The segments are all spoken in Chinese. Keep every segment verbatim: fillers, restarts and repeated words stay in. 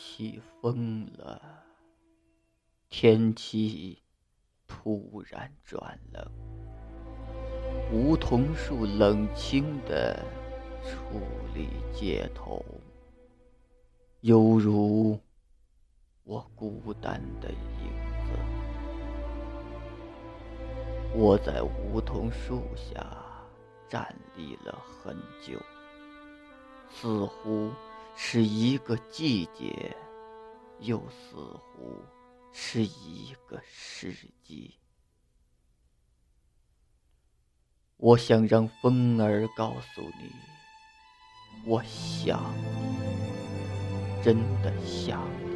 起风了，天气突然转冷，梧桐树冷清地矗立街头，犹如我孤单的影子。我在梧桐树下站立了很久，似乎是一个季节，又似乎是一个世纪。我想让风儿告诉你，我想你，真的想你。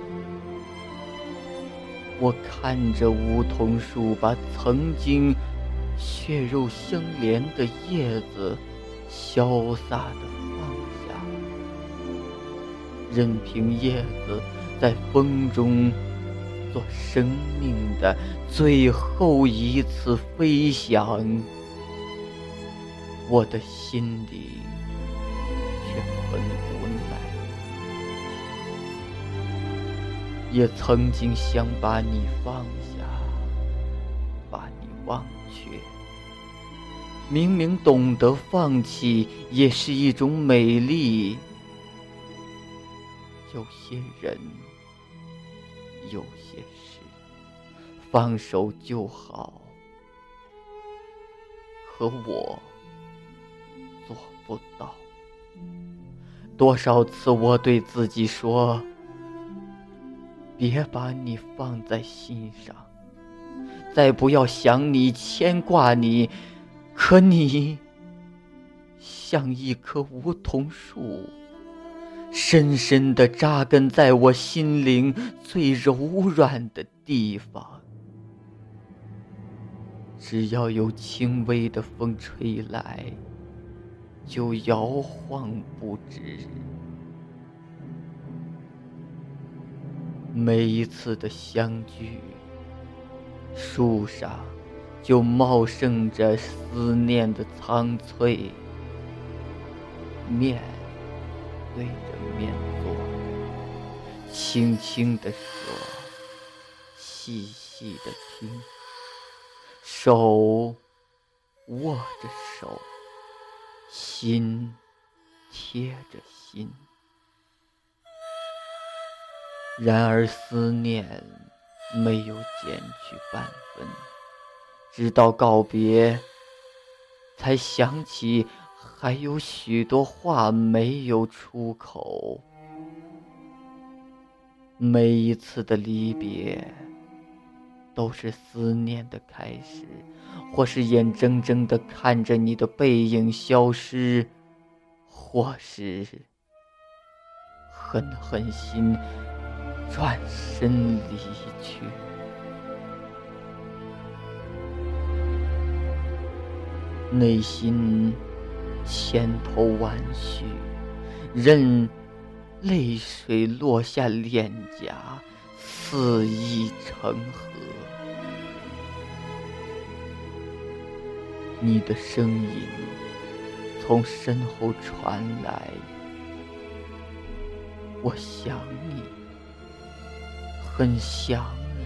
我看着梧桐树把曾经血肉相连的叶子潇洒地放下，任凭叶子在风中做生命的最后一次飞翔，我的心里却很无奈，也曾经想把你放下，把你忘却。明明懂得放弃也是一种美丽，有些人，有些事，放手就好，可我做不到。多少次我对自己说，别把你放在心上，再不要想你，牵挂你，可你像一棵梧桐树，深深地扎根在我心灵最柔软的地方。只要有轻微的风吹来，就摇晃不止。每一次的相聚，树上就茂盛着思念的苍翠，面对着面坐，轻轻地说，细细地听，手握着手，心贴着心。然而思念没有减去半分，直到告别，才想起还有许多话没有出口。每一次的离别，都是思念的开始，或是眼睁睁地看着你的背影消失，或是狠狠心转身离去。内心千头万绪，任泪水落下脸颊，肆意成河。你的声音从身后传来，我想你，很想你。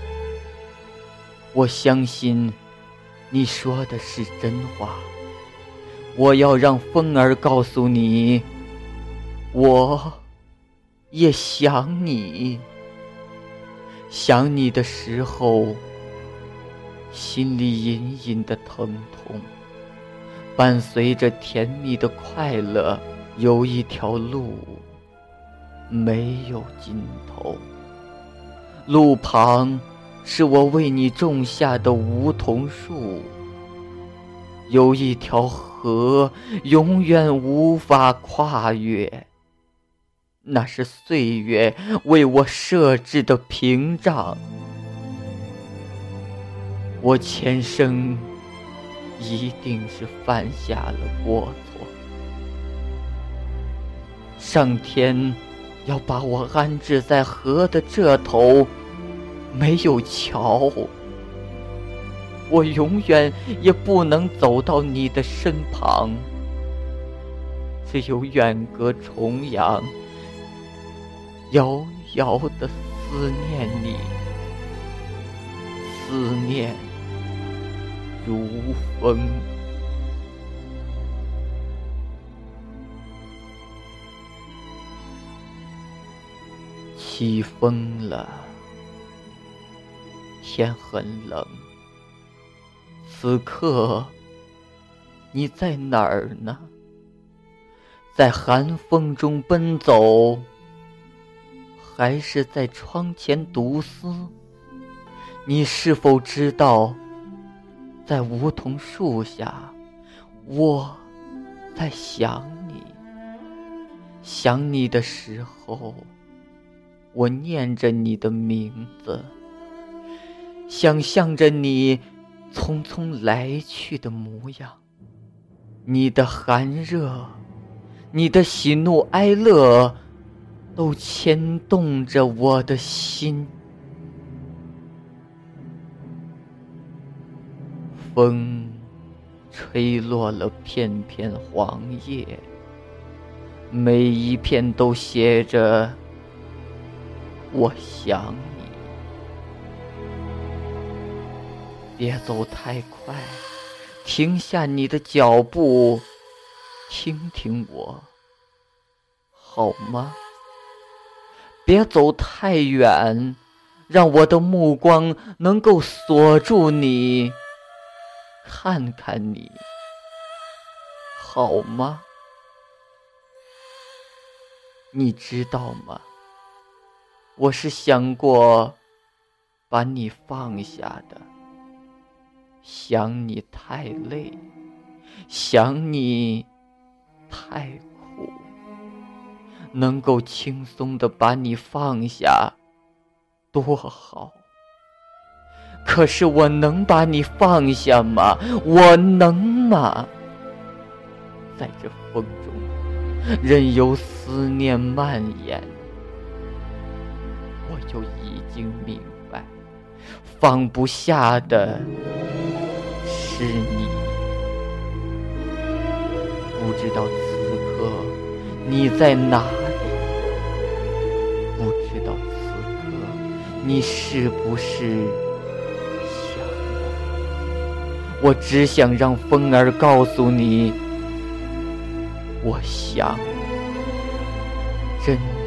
我相信你说的是真话，我要让风儿告诉你，我也想你。想你的时候，心里隐隐的疼痛，伴随着甜蜜的快乐，有一条路没有尽头。路旁是我为你种下的梧桐树，有一条河永远无法跨越，那是岁月为我设置的屏障。我前生一定是犯下了过错，上天要把我安置在河的这头，没有桥，我永远也不能走到你的身旁，只有远隔重洋， 遥遥地思念你，思念如风。起风了，天很冷，此刻你在哪儿呢？在寒风中奔走，还是在窗前独思？你是否知道，在梧桐树下，我在想你。想你的时候，我念着你的名字，想象着你匆匆来去的模样，你的寒热，你的喜怒哀乐，都牵动着我的心。风吹落了片片黄叶，每一片都写着我想你。别走太快，停下你的脚步，听听我，好吗？别走太远，让我的目光能够锁住你，看看你，好吗？你知道吗？我是想过把你放下的，想你太累，想你太苦，能够轻松地把你放下多好。可是我能把你放下吗？我能吗？在这风中任由思念蔓延，我就已经明白，放不下的是你。不知道此刻你在哪里，不知道此刻你是不是想我。我只想让风儿告诉你，我想你，真的。